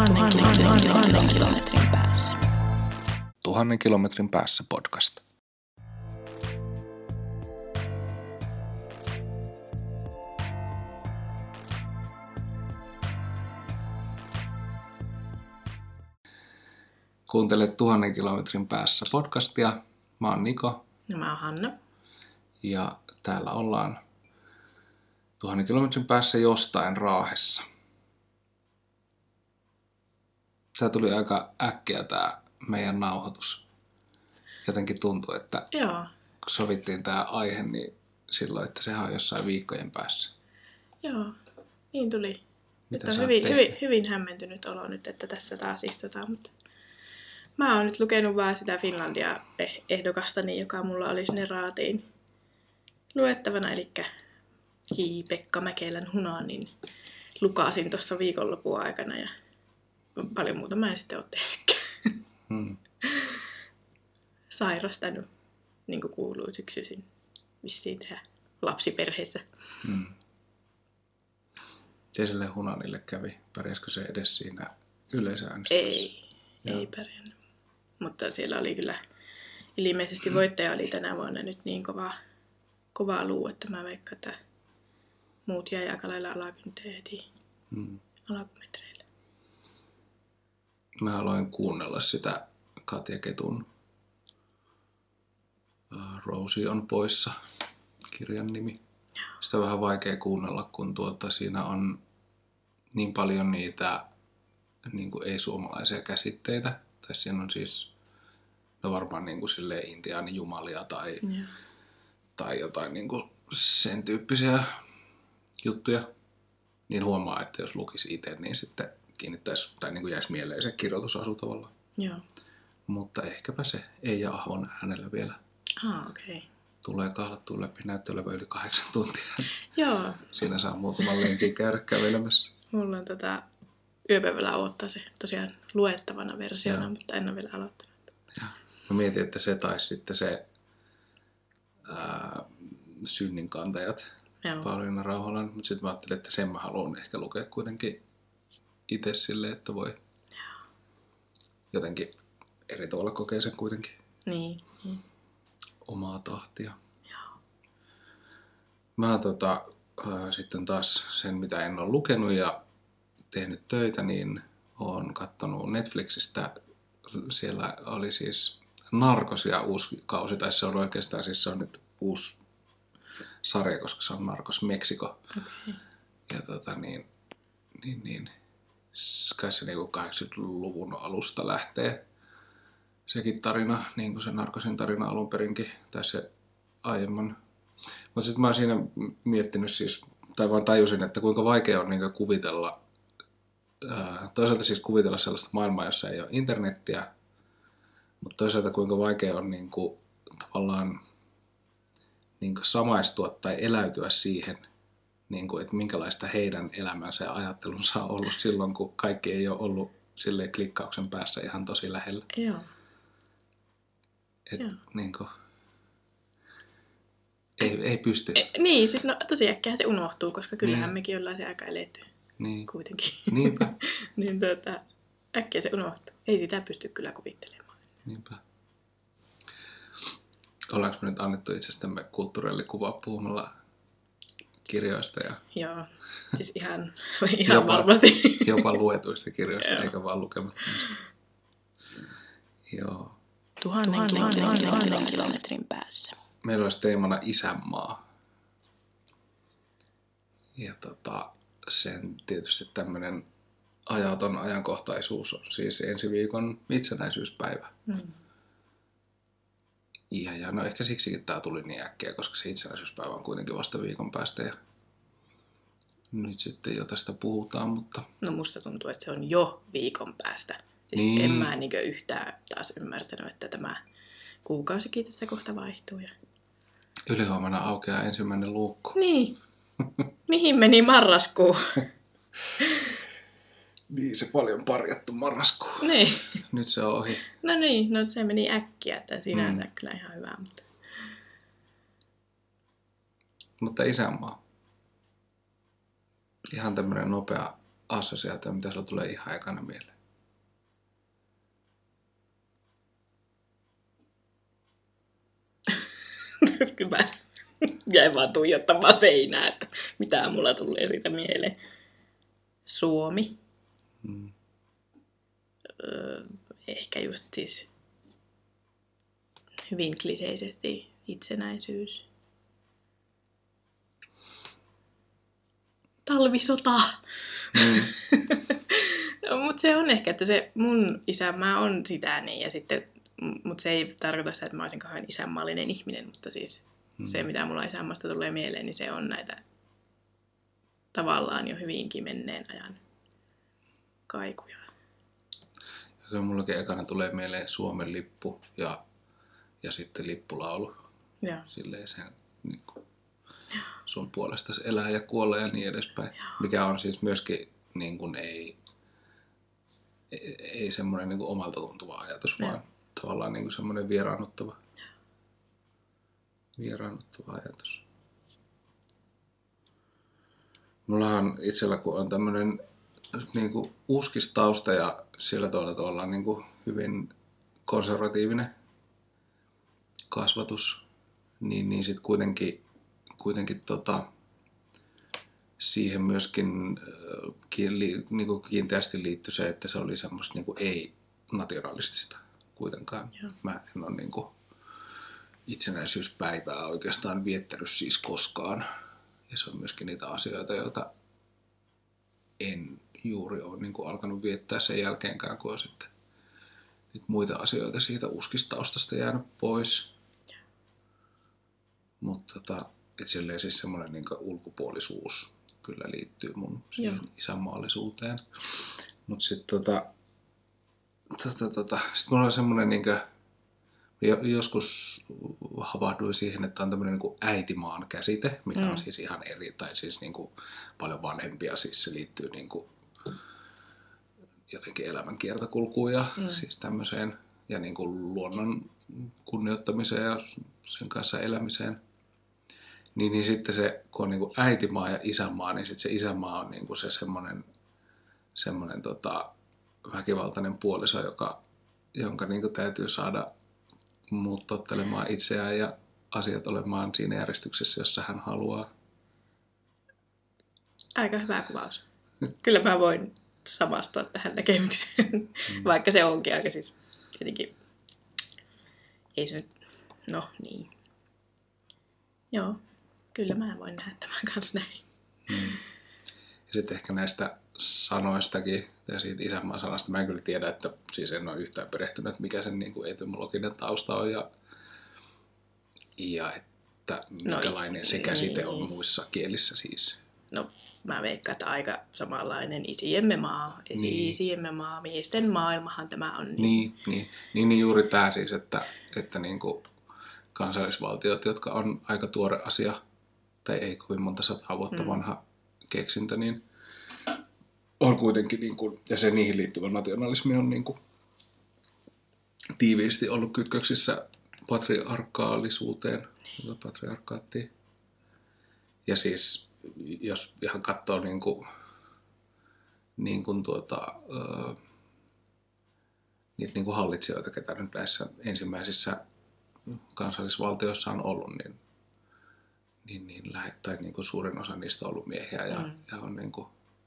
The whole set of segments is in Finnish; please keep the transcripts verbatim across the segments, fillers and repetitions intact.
Tuhannen, tuhannen, tuhannen kilometrin päässä. Tuhannen kilometrin päässä podcast. Kuuntelet Tuhannen kilometrin päässä podcastia. Mä oon Niko. Ja mä oon Hanna. Ja täällä ollaan tuhannen kilometrin päässä jostain Raahessa. Tää tuli aika äkkiä tää meidän nauhoitus. Jotenkin tuntuu, että Joo. kun sovittiin tää aihe, niin silloin, että sehän on jossain viikkojen päässä. Joo, niin tuli. Mitä Nyt on sä hyvin, oot hyvin, hyvin hämmentynyt olo nyt, että tässä taas istutaan. Mutta mä oon nyt lukenut vaan sitä Finlandia-ehdokastani, joka mulla oli sinne raatiin luettavana, eli J. Pekka Mäkelän Hunanin lukasin tuossa viikonlopun aikana ja paljon muuta mä en sitten ole tehnytkään. Hmm. Sairastanut, niin kuin kuuluu syksyisin vissiin tehdä lapsiperheessä. Hmm. Miten sille Hunanille kävi? Pärjäskö se edes siinä yleisöäänestyksessä? Ei, Joo. ei pärjännyt. Mutta siellä oli kyllä, ilmeisesti voittaja oli tänä vuonna nyt niin kova, kova luu, että mä veikkaan, että muut jäi aika lailla alakynteen heti Hmm. alakumetreillä. Mä aloin kuunnella sitä Katja Ketun uh, Rosie on poissa -kirjan nimi. Sitä on vähän vaikea kuunnella, kun tuota, siinä on niin paljon niitä niin kuin ei-suomalaisia käsitteitä. Tai siinä on siis no varmaan niin kuin silleen intiaanijumalia tai, Joo. tai jotain niin kuin sen tyyppisiä juttuja. Niin huomaa, että jos lukisi itse, niin sitten kiinnittäisi tai niin kuin jäisi mieleen se kirjoitusasu tavallaan. Joo. Mutta ehkäpä se Eija Ahvon äänellä vielä Ah, okei. Okay. tulee kahlattua läpi näyttölevä yli kahdeksan tuntia. Joo, Siinä saa muutaman lenkin käydä kävelemässä. mulla on tota yöpäivällä odottaa se tosiaan luettavana versiona, Joo. mutta en ole vielä aloittanut. Ja mä mietin, että se taisi sitten se ää, synninkantajat Joo. Pauliina Rauhalan, mutta sitten mä ajattelin, että sen mä haluan ehkä lukea kuitenkin itse silleen, että voi jotenkin eri tavalla kokea sen kuitenkin Niin, niin. omaa tahtia. Joo. Mä tota, ää, sitten taas sen, mitä en ole lukenut ja tehnyt töitä, niin oon kattonut Netflixistä. Siellä oli siis Narcosia uusi kausi, tai se on oikeastaan siis se on nyt uusi sarja, koska se on Narcos Meksiko. Okay. Ja tota niin, niin, niin kai se niinku kahdeksankymmentäluvun alusta lähtee sekin tarina, niin kuin se Narcosin tarina alun perinkin, tai se aiemman. Mutta sitten mä oon siinä miettinyt siis, tai vaan tajusin, että kuinka vaikea on niinku kuvitella, ää, toisaalta siis kuvitella sellaista maailmaa, jossa ei ole internettiä, mutta toisaalta kuinka vaikea on niinku tavallaan niinku samaistua tai eläytyä siihen, niin kuin, että minkälaista heidän elämänsä ja ajattelunsa on ollut silloin, kun kaikki ei ole ollut silleen klikkauksen päässä ihan tosi lähellä. Joo. Et, Joo. niin kuin, ei, ei pysty. E, niin, siis no tosi äkkiä se unohtuu, koska kyllähän Niin. mekin ollaan se aika eletty Niin. kuitenkin. Niinpä, niin tuota, äkkiä se unohtuu. Ei sitä pysty kyllä kuvittelemaan. niinpä. Ollaanko me nyt annettu itsestämme kulttuurillekuvaa puhumalla kirjoista ja Joo, siis ihan, ihan Jopa- varmasti. jopa luetuista kirjoista, Joo. eikä vaan lukemattomista. Joo. Tuhannen, Tuhannen, tuhannen, tuhannen tuhannen kilometrin päässä. Meillä olisi teemana isänmaa. Ja tota, sen tietysti tämmöinen ajaton ajankohtaisuus on siis ensi viikon itsenäisyyspäivä. Mm. Ja, ja no ehkä siksikin tää tuli niin äkkiä, koska se itsenäisyyspäivä on kuitenkin vasta viikon päästä ja nyt sitten jo tästä puhutaan, mutta No musta tuntuu, että se on jo viikon päästä. Siis Niin. en mä niinkö yhtään taas ymmärtänyt, että tämä kuukausikin tässä kohta vaihtuu. Ja... ylihuomenna aukeaa ensimmäinen luukku. Niin, mihin meni marraskuu? Niin, se paljon parjattu marraskuu. niin. Nyt se on ohi. No niin, no se meni äkkiä, että sinänsä Mm. kyllä ihan hyvä. Mutta... Mutta isänmaa. Ihan tämmönen nopea assosiaatio, mitä sulla tulee ihan ekana mieleen. Kyllä mä jäin vaan tuijottamaan seinää, että mitä mulla tulee siitä mieleen. Suomi. Mm. Öö, ehkä just siis hyvin kliseisesti itsenäisyys. Talvisota. Mm. Mutta se on ehkä, että se mun isänmaa on sitä niin, ja sitten, mutta se ei tarkoita sitä, että mä olisin kauhean isänmaallinen ihminen, mutta siis mm. se, mitä mulla isänmaasta tulee mieleen, niin se on näitä tavallaan jo hyvinkin menneen ajan kaikuja. Ja mullakin ekana tulee mieleen Suomen lippu ja, ja sitten lippulaulu. Ja. Silleen sen niin kuin, sun puolestasi elää ja kuolee ja niin edespäin. Ja. Mikä on siis myöskin niin kuin ei, ei, ei semmoinen niin kuin omalta tuntuva ajatus, ja. vaan tavallaan niin kuin semmoinen vieraannuttava, vieraannuttava ajatus. Mullahan itsellä, kun on tämmöinen niin kuin uskistausta ja sillä tavalla, että ollaan niin kuin hyvin konservatiivinen kasvatus, niin, niin sitten kuitenkin, kuitenkin tota, siihen myöskin äh, kiinni, niin kuin kiinteästi liittyi se, että se oli semmoista niin kuin ei-nationalistista kuitenkaan. Joo. Mä en ole niin kuin itsenäisyyspäivää oikeastaan viettänyt siis koskaan. Ja se on myöskin niitä asioita, joita en juuri ole niin kuin alkanut viettää sen jälkeenkään, kun on sitten muita asioita siitä uskistaustasta jäänyt pois. Mutta tota, et silleen siis semmoinen niin kuin ulkopuolisuus kyllä liittyy mun siihen Joo. isänmaallisuuteen. Mutta sitten tota, tota, tota, sit mulla on semmoinen niin kuin, joskus havahduin siihen, että on tämmöinen niin kuin äitimaan käsite, mikä mm. on siis ihan eri, tai siis niin kuin paljon vanhempia, siis se liittyy niin kuin jotenkin elämän kiertokulkuun ja mm. siis tämmöiseen, ja niin kuin luonnon kunnioittamiseen ja sen kanssa elämiseen. Niin, niin sitten se, kun on niin kuin äitimaa ja isänmaa, niin sitten se isänmaa on niin kuin se semmoinen, semmoinen tota, väkivaltainen puoliso, joka, jonka niin kuin täytyy saada muut tottelemaan itseään ja asiat olemaan siinä järjestyksessä, jossa hän haluaa. Aika hyvä kuvaus. Kyllä mä voin samastua tähän näkemykseen, mm. vaikka se onkin aika siis tietenkin, ei se nyt, no niin. Joo, kyllä mä voin nähdä tämän kanssa näin. Mm. Ja sitten ehkä näistä sanoistakin ja siitä isänmaan sanasta. Mä en kyllä tiedä, että siis en ole yhtään perehtynyt, että mikä sen niin kuin etymologinen tausta on ja, ja että minkälainen no, se käsite niin. on muissa kielissä siis. No mä veikkaan, että aika samanlainen isiemme maa, niin. isiemme maa, miesten maailmahan tämä on. Niin, niin, niin, niin, niin juuri tämä siis, että, että niin kuin kansallisvaltiot, jotka on aika tuore asia, tai ei kovin monta sataa vuotta mm. vanha keksintö, niin on kuitenkin, niin kuin, ja se niihin liittyvä nationalismi on niin kuin tiiviisti ollut kytköksissä patriarkaalisuuteen, niin. patriarkaattiin. Ja siis, jos ihan katsoo niin kuin, niin kuin tuota, ö, niitä niin kuin hallitsijoita, ketä nyt näissä ensimmäisissä kansallisvaltioissa on ollut, niin, niin, niin, lähet, tai niin kuin suurin osa niistä on ollut miehiä ja, mm. ja on niin kuin,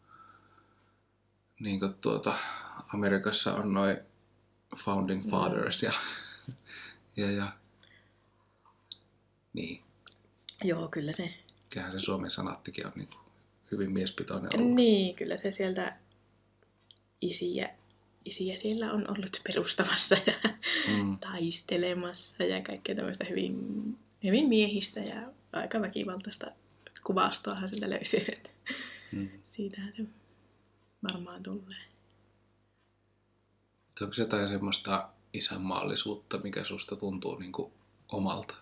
niin kuin tuota, Amerikassa on noin founding fathers mm. ja, ja, ja niin. Joo, kyllä se. Kyllähän se Suomen sanaattikin on niin kuin hyvin miespitoinen ollut. Niin, kyllä se sieltä isiä, isiä siellä on ollut perustamassa ja mm. taistelemassa ja kaikkea tämmöistä hyvin, hyvin miehistä ja aika väkivaltaista kuvastoahan sillä löysi. Mm. Siitä se varmaan tulee. Onko jotain semmoista isänmaallisuutta, mikä susta tuntuu niin kuin omalta?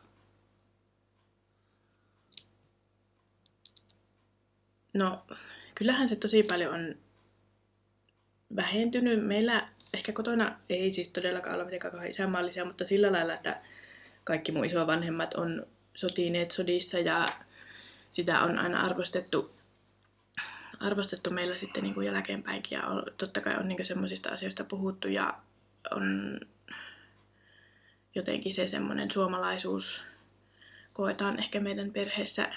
No, kyllähän se tosi paljon on vähentynyt. Meillä ehkä kotona ei siis todellakaan olla mitenkään kauhean isänmaallisia, mutta sillä lailla, että kaikki mun isovanhemmat on sotineet sodissa ja sitä on aina arvostettu, arvostettu meillä sitten niin kuin jälkeenpäinkin. Ja on, totta kai on niin kuin semmoisista asioista puhuttu ja on jotenkin se semmoinen suomalaisuus koetaan ehkä meidän perheessä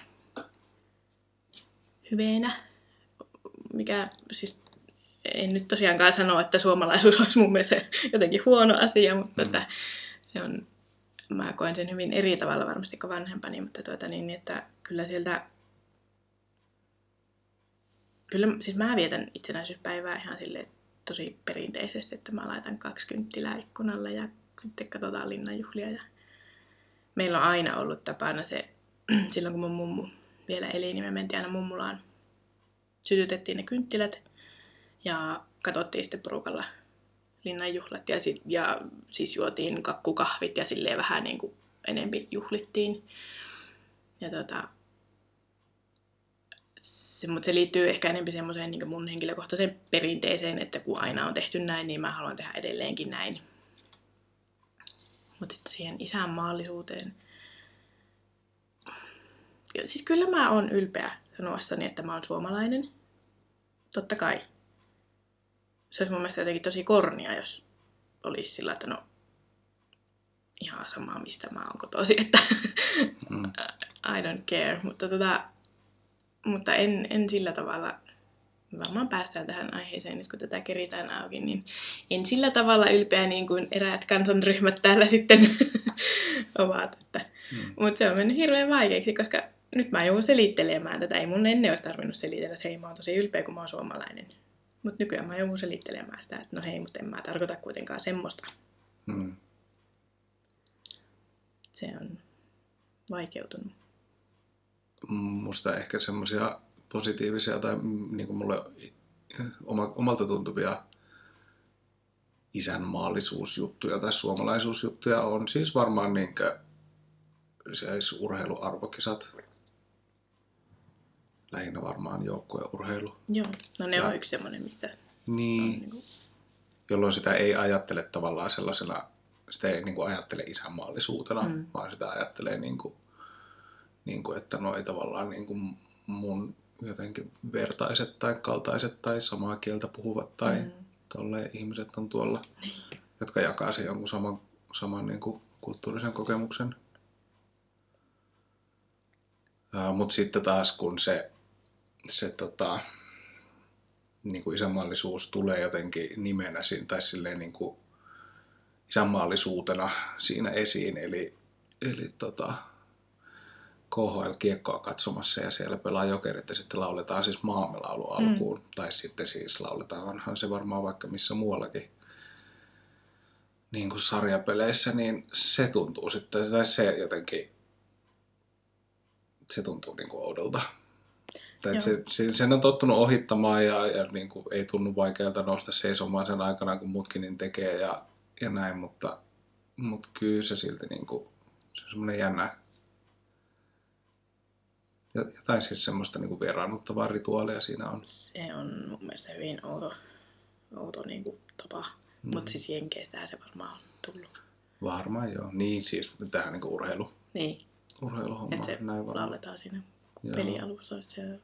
hyveenä, mikä siis en nyt tosiaankaan sano, että suomalaisuus olisi mun mielestä jotenkin huono asia, mutta mm. että se on, mä koen sen hyvin eri tavalla varmasti kuin vanhempani, mutta tuota niin, että kyllä sieltä, kyllä siis mä vietän itsenäisyyspäivää ihan silleen tosi perinteisesti, että mä laitan kaksi kynttilää ikkunalle ja sitten katsotaan linnanjuhlia ja meillä on aina ollut tapana se, silloin kun mun mummu vielä eli, niin me mentiin aina mummulaan, sytytettiin ne kynttilät ja katsottiin sitten porukalla linnanjuhlat ja, sit, ja siis juotiin kakkukahvit ja silleen vähän niin kuin enempi juhlittiin. Ja tota, se, mutta se liittyy ehkä enemmän semmoiseen niin mun henkilökohtaiseen perinteeseen, että kun aina on tehty näin, niin mä haluan tehdä edelleenkin näin. Mutta sitten siihen isänmaallisuuteen. Ja siis kyllä mä oon ylpeä sanoessani, että mä oon suomalainen. Totta kai. Se olisi mun mielestä jotenkin tosi kornia, jos olisi sillä, että no ihan sama, mistä mä oon kotoisin, että mm. I don't care. Mutta, tota, mutta en, en sillä tavalla, varmaan päästään tähän aiheeseen, nyt kun tätä keritään auki, niin en sillä tavalla ylpeä niin kuin eräät kansanryhmät täällä sitten ovat. Että, mm. Mutta se on mennyt hirveän vaikeaksi, koska nyt mä joudun selittelemään tätä. Ei mun ennen olisi tarvinnut selitellä, että hei, mä oon tosi ylpeä, kun mä oon suomalainen. Mutta nykyään mä joudun selittelemään sitä, että no hei, mutta en mä tarkoita kuitenkaan semmoista. Mm. Se on vaikeutunut. Musta ehkä semmoisia positiivisia tai niin kuin mulle omalta tuntuvia isänmaallisuusjuttuja tai suomalaisuusjuttuja on siis varmaan niinkö siis urheiluarvokisat. Lähinnä varmaan joukkueurheilu. Joo, no ne ja, on yksi semmoinen, missä niin, on niin kuin jolloin sitä ei ajattele tavallaan sellaisena, sitä ei niin kuin ajattele isänmaallisuutena, mm. vaan sitä ajattelee niin kuin, niin kuin, että no ei tavallaan niin kuin mun jotenkin vertaiset tai kaltaiset tai samaa kieltä puhuvat tai mm. tolleen ihmiset on tuolla, jotka jakaa sen jonkun saman, saman niin kuin kulttuurisen kokemuksen. Uh, mutta sitten taas kun se, se tota, niin kuin isänmaallisuus tulee jotenkin nimenä tai silleen niin kuin isänmaallisuutena siinä esiin, eli, eli tota, K H L-kiekkoa katsomassa ja siellä pelaa Jokerit ja sitten lauletaan siis maamme laulu alkuun. Mm. Tai sitten siis lauletaanhan se varmaan vaikka missä muuallakin niin kuin sarjapeleissä, niin se tuntuu sitten, tai se jotenkin, se tuntuu niin kuin oudolta. Se, se, sen on tottunut ohittamaan ja, ja niin kuin ei tunnu vaikealta nousta seisomaan sen aikana, kun muutkin niin tekee ja, ja näin, mutta, mutta kyllä se silti niin kuin, se on semmoinen jännä, jotain siis semmoista niin kuin vieraannuttavaa rituaalia siinä on. Se on mun mielestä hyvin outo, outo niin kuin tapa, mm. mutta siis Jenkeistähän se varmaan on tullut. Varmaan joo, niin siis tähän niin kuin urheilu. Niin. Urheiluhomma. Että se näin lauletaan siinä joo. pelialussa. Se...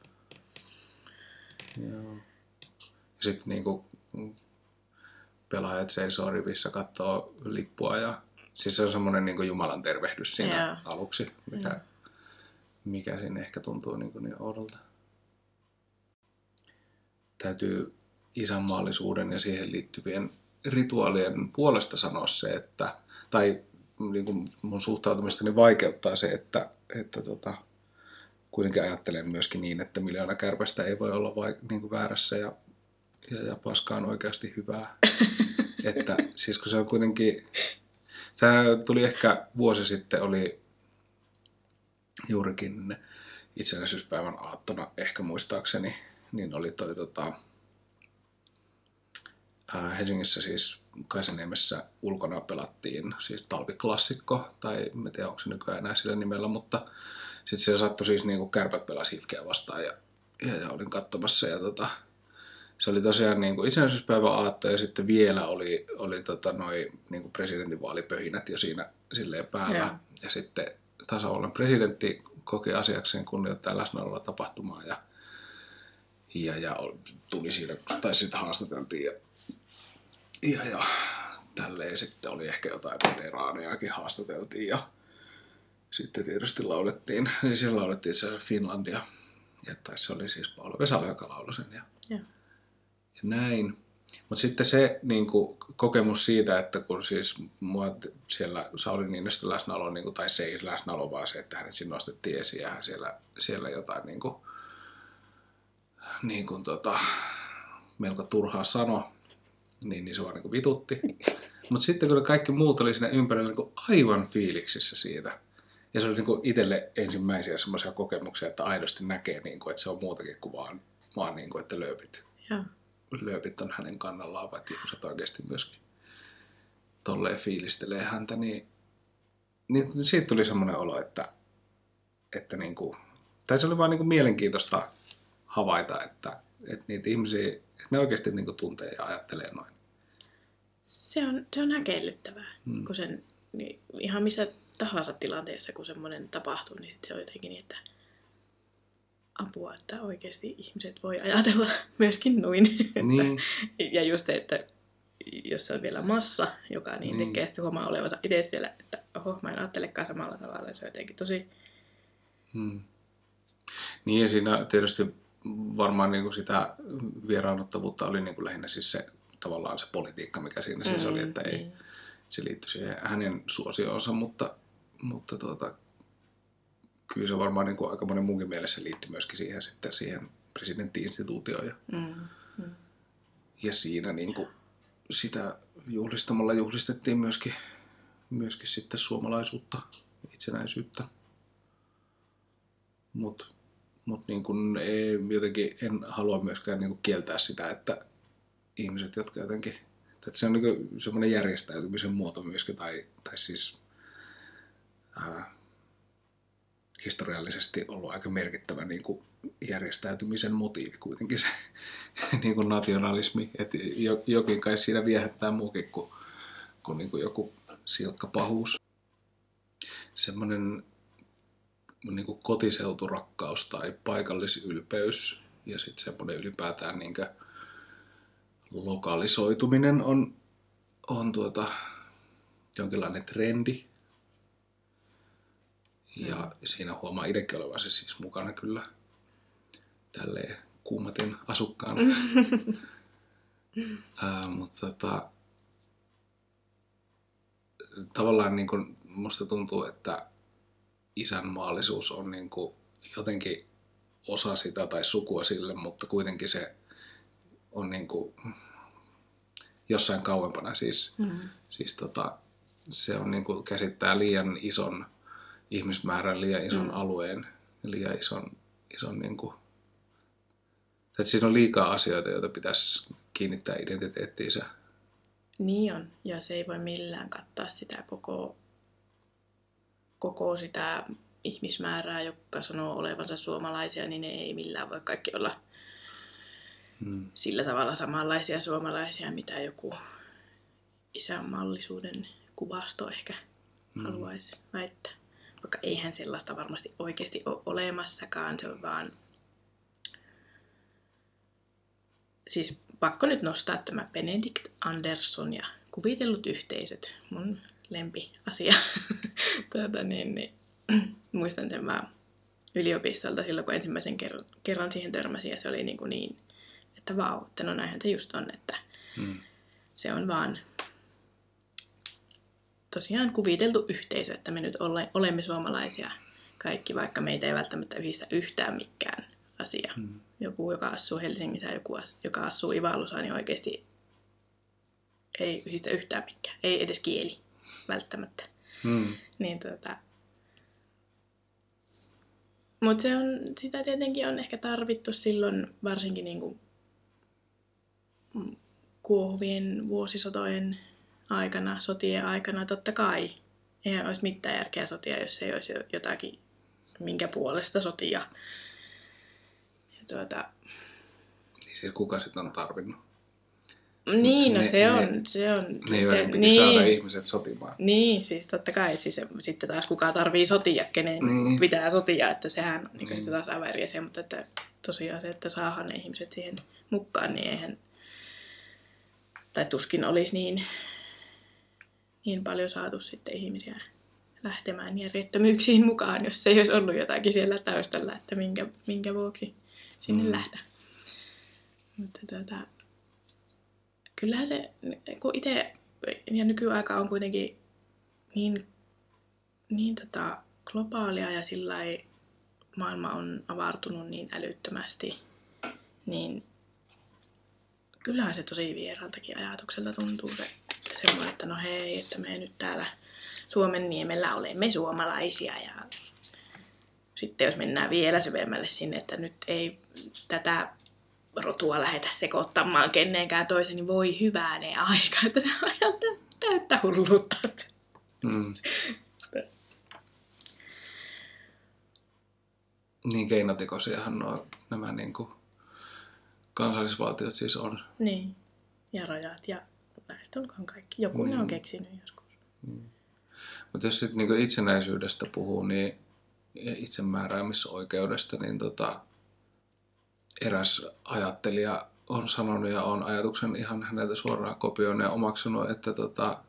Joo. Ja sitten niinku pelaajat seisoo rivissä, katsoo lippua ja siis se on semmoinen niinku Jumalan tervehdys siinä yeah. aluksi, mikä, mm. mikä siinä ehkä tuntuu niinku niin oudolta. Täytyy isänmaallisuuden ja siihen liittyvien rituaalien puolesta sanoa se, että tai niinku mun suhtautumistani vaikeuttaa se, että, että tota, kuitenkin ajattelen myöskin niin, että miljoona kärpästä ei voi olla vaik- niin kuin väärässä ja, ja, ja paska on oikeasti hyvää. Että siis kun se on kuitenkin, tämä tuli ehkä vuosi sitten, oli juurikin itsenäisyyspäivän aattona ehkä muistaakseni, niin oli toi tota, ää, Helsingissä siis Kaisaniemessä ulkona pelattiin siis talviklassikko, tai en tiedä onko se nykyään enää sillä nimellä, mutta sitten siellä sattui siis niinku Kärpät pelasi Hifkeä vastaan ja, ja, ja olin katsomassa ja tota, se oli tosiaan niinku itsenäisyyspäivän aatto ja sitten vielä oli, oli tota noi niinku presidentinvaalipöhinät jo siinä silleen päällä. Ja, ja sitten tasavallan presidentti koki asiakseen kunnioittaa läsnäololla tapahtumaa ja, ja, ja tuli siinä, tai sitten haastateltiin ja, ja, ja tälleen sitten oli ehkä jotain veteraanejakin haastateltiin ja sitten tietysti laulettiin, niin siellä laulettiin se Finlandia. Ja se oli siis Paula Vesala, joka lauloi sen. Ja, ja. ja näin. Mutta sitten se niin kuin, kokemus siitä, että kun siis mua siellä Sauli Niinistön läsnäolo, niin kuin, tai se ei läsnäolo, vaan se, että hänet siinä nostettiin esiin ja hän siellä, siellä jotain niin kuin, niin kuin, tota, melko turhaa sano, niin, niin se vaan niin kuin, vitutti. Mutta sitten kun kaikki muut oli siinä ympärillä niin kuin, aivan fiiliksissä siitä. Ja se oli niin kuin, itselle ensimmäisiä semmoisia kokemuksia, että aidosti näkee, niin kuin, että se on muutakin kuin vaan, vaan niin kuin, että lööpit. Ja. lööpit on hänen kannallaan, vai ihmiset oikeasti myöskin tolleen fiilistelee häntä, niin, niin siitä tuli semmoinen olo, että, että niin kuin, tai se oli vaan niin kuin mielenkiintoista havaita, että, että niitä ihmisiä, että ne oikeasti niin kuin tuntee ja ajattelee noin. Se on, se on häkellyttävää, hmm. kun sen niin ihan missä tahansa tilanteessa, kun semmoinen tapahtuu, niin sit se on jotenkin niin, että apua, että oikeasti ihmiset voi ajatella myöskin noin. Niin. Ja just se, että jos se on vielä massa, joka niin niin. tekee sitten huomaa olevansa itse siellä, että oho, mä en ajattelekaan samalla tavalla, se on jotenkin tosi... Hmm. Niin ja siinä tietysti varmaan niin kuin sitä vieraannuttavuutta oli niin kuin lähinnä siis se tavallaan se politiikka, mikä siinä siis mm, oli, että ei, niin. se liittyi siihen hänen suosioonsa, mutta, mutta tuota, kyllä se varmaan niin kuin aika monen munkin mielessä liittyi myöskin siihen, sitten siihen presidentti-instituutioon. Ja, mm, mm. ja siinä niin kuin sitä juhlistamalla juhlistettiin myöskin, myöskin sitten suomalaisuutta, itsenäisyyttä. Mutta mut niin kuin ei, jotenkin en halua myöskään niin kuin kieltää sitä, että ihmiset, jotka jotenkin, että se on niin semmoinen järjestäytymisen muoto myöskin, tai, tai siis ää, historiallisesti ollut aika merkittävä niin kuin järjestäytymisen motiivi kuitenkin se niin kuin nationalismi, että jokin kai siinä viehättää muukin kuin, kuin, niin kuin joku silkka pahuus. Semmoinen niin kuin kotiseuturakkaus tai paikallisylpeys ja sitten semmoinen ylipäätään niin kuin lokalisoituminen on, on tuota, jonkinlainen trendi. Ja mm. siinä huomaa itsekin olevansa siis mukana kyllä tälleen kuumatin asukkaana. Ää, mutta tota, tavallaan niin kuin musta tuntuu, että isänmaallisuus on niin kuin jotenkin osa sitä tai sukua sille, mutta kuitenkin se on niin kuin jossain kauempana. Siis, mm. siis tota, se on niin kuin käsittää liian ison ihmismäärän, liian ison mm. alueen, liian ison, ison niin kuin, että siinä on liikaa asioita, joita pitäisi kiinnittää identiteettiinsä. Niin on, ja se ei voi millään kattaa sitä koko, koko sitä ihmismäärää, joka sanoo olevansa suomalaisia, niin ne ei millään voi kaikki olla hmm. sillä tavalla samanlaisia suomalaisia, mitä joku isänmaallisuuden kuvasto ehkä hmm. haluaisi väittää. Vaikka eihän sellaista varmasti oikeasti ole olemassakaan, se on vaan... Siis pakko nyt nostaa tämä Benedict Andersson ja kuvitellut yhteisöt, mun lempiasia. tuota, niin, niin, muistan sen vaan yliopistolta silloin, kun ensimmäisen kerran, kerran siihen törmäsin, ja se oli niin, kuin niin että vau, että no näinhän se just on, että hmm. se on vaan tosiaan kuviteltu yhteisö, että me nyt ole, olemme suomalaisia kaikki, vaikka meitä ei välttämättä yhdistä yhtään mikään asia. Hmm. Joku, joka asuu Helsingissä ja joku, joka asuu Ivalussa, niin oikeasti ei yhdistä yhtään mikään. Ei edes kieli välttämättä. Hmm. Niin, tota... Mutta se on, sitä tietenkin on ehkä tarvittu silloin varsinkin niinku kuohuvien vuosisotojen aikana, sotien aikana. Totta kai eihän olisi mitään järkeä sotia, jos ei olisi jotakin, minkä puolesta sotia. Tuota... Niin siis kuka sitten on tarvinnut? Niin, no ne, se ne, on... Se on ne, joiden piti niin, saada ihmiset sotimaan. Niin, siis totta kai. Siis sitten taas kuka tarvii sotia, kenen niin. pitää sotia, että sehän on niin. niin. taas aivan eri asia. Mutta että tosiaan se, että saadaan ne ihmiset siihen mukaan, niin eihän... Tai tuskin olisi niin, niin paljon saatu sitten ihmisiä lähtemään järjettömyyksiin mukaan, jos ei olisi ollut jotakin siellä taustalla, että minkä, minkä vuoksi sinne mm. lähteä. Mutta tuota, kyllähän se, kun itse, ja nykyaika on kuitenkin niin, niin tota, globaalia ja sillai maailma on avartunut niin älyttömästi, niin kyllähän se tosi vieraaltakin ajatukselta tuntuu se semmoinen, että no hei, että me nyt täällä Suomen niemellä olemme suomalaisia ja sitten jos mennään vielä syvemmälle sinne, että nyt ei tätä rotua lähetä sekoittamaan kenenkään toisen, niin voi hyvänen aika, että se on ihan täyttä hulluutta. Mm. Niin keinotekoisiahan nuo, nämä niin kuin kansallisvaltiot siis on. Niin, ja rajat ja lähestulkoon kaikki. Joku mm. ne on keksinyt joskus. Mm. Mutta jos sitten niin itsenäisyydestä puhuu, niin itsemääräämisoikeudesta, niin tota, eräs ajattelija on sanonut ja on ajatuksen ihan häneltä suoraan kopioinut ja omaksunut, että tota,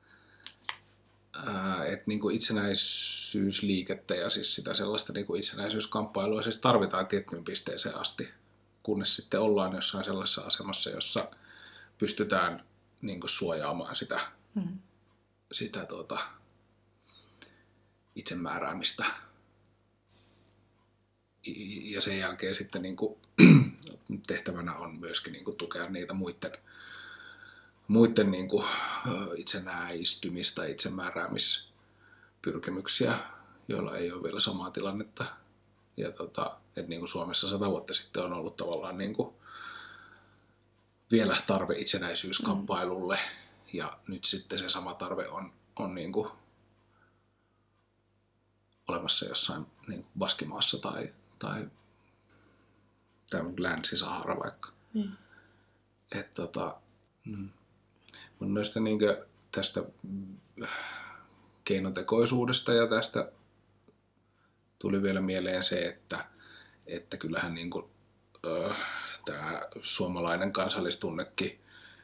ää, et niinku itsenäisyysliikettä ja siis sitä sellaista niinku itsenäisyyskamppailua siis tarvitaan tiettyyn pisteeseen asti, kunnes sitten ollaan jossain sellaisessa asemassa, jossa pystytään niinku suojaamaan sitä, hmm. sitä tota, itsemääräämistä. Ja sen jälkeen sitten niin kuin, tehtävänä on myöskin niin kuin, tukea niitä muiden, muiden niin kuin, itsenäistymistä, itsemääräämispyrkimyksiä, joilla ei ole vielä samaa tilannetta. Ja tota, että niin kuin Suomessa sata vuotta sitten on ollut tavallaan niin kuin, vielä tarve itsenäisyyskamppailulle. Mm. Ja nyt sitten se sama tarve on, on niin kuin, olemassa jossain niin kuin Baskimaassa tai tai Länsi-Sahara vaikka. Mm. Että tota, mm. mun mielestä niinkö tästä keinotekoisuudesta ja tästä tuli vielä mieleen se, että, että kyllähän niinku, äh, tämä suomalainen kansallistunnekin,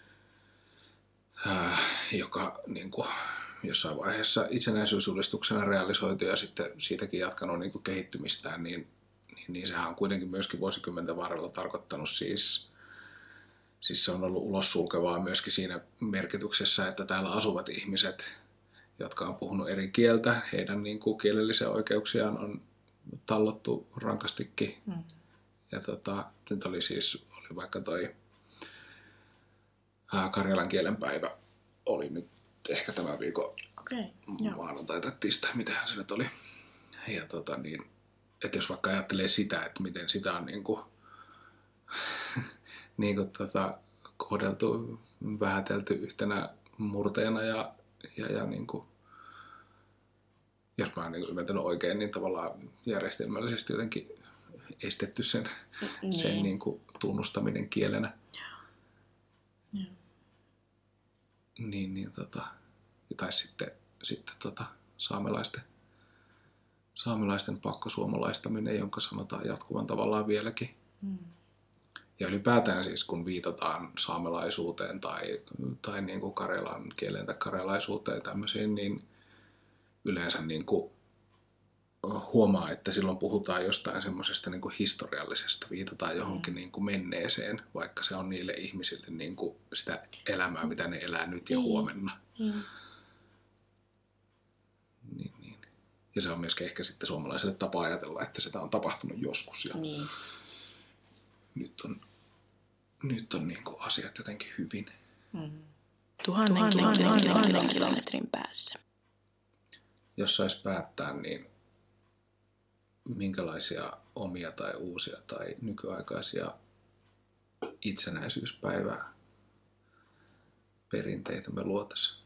äh, joka niinku jossain vaiheessa itsenäisyysjulistuksena realisoitu ja sitten siitäkin jatkanut niinku kehittymistään, niin niin sehän on kuitenkin myöskin vuosikymmenten varrella tarkoittanut siis, siis se on ollut ulos sulkevaa myöskin siinä merkityksessä, että täällä asuvat ihmiset, jotka on puhunut eri kieltä, heidän niin kuin kielellisiä oikeuksiaan on tallottu rankastikin. Mm. Ja tota, nyt oli siis, oli vaikka toi ää, karjalan kielen päivä, oli nyt ehkä tämän viikon okay, maanantai tai tiistai, mitähän se nyt oli. Ja tota niin, että jos vaikka ajattelee sitä, että miten sitä on niin kuin, niin kuin tota, kohdeltu, vähätelty yhtenä murteena ja, ja, ja niin kuin, jos mä oon niin ymmärtänyt oikein, niin tavallaan järjestelmällisesti jotenkin estetty sen, niin. sen niin kuin tunnustaminen kielenä. Ja. Niin, niin tota, tai sitten, sitten tota, saamelaisten saamelaisten pakkosuomalaistaminen, jonka sanotaan jatkuvan tavallaan vieläkin. Mm. Ja ylipäätään siis, kun viitataan saamelaisuuteen tai, tai niin kuin karjalan kieleen tai karjalaisuuteen tämmöisiin, niin yleensä niin kuin huomaa, että silloin puhutaan jostain semmoisesta niin kuin historiallisesta, viitataan johonkin mm. niin kuin menneeseen, vaikka se on niille ihmisille niin kuin sitä elämää, mitä ne elää nyt ja huomenna. Mm. Niin, niin. Ja se on myöskin ehkä sitten suomalaiselle tapa ajatella, että sitä on tapahtunut joskus. Ja niin. Nyt on, nyt on niin kuin asiat jotenkin hyvin. Mm. Tuhannen, tuhannen, tuhannen, tuhannen, tuhannen kilometrin päässä. Jos saisi päättää, niin minkälaisia omia tai uusia tai nykyaikaisia itsenäisyyspäivää perinteitä me luotaisiin?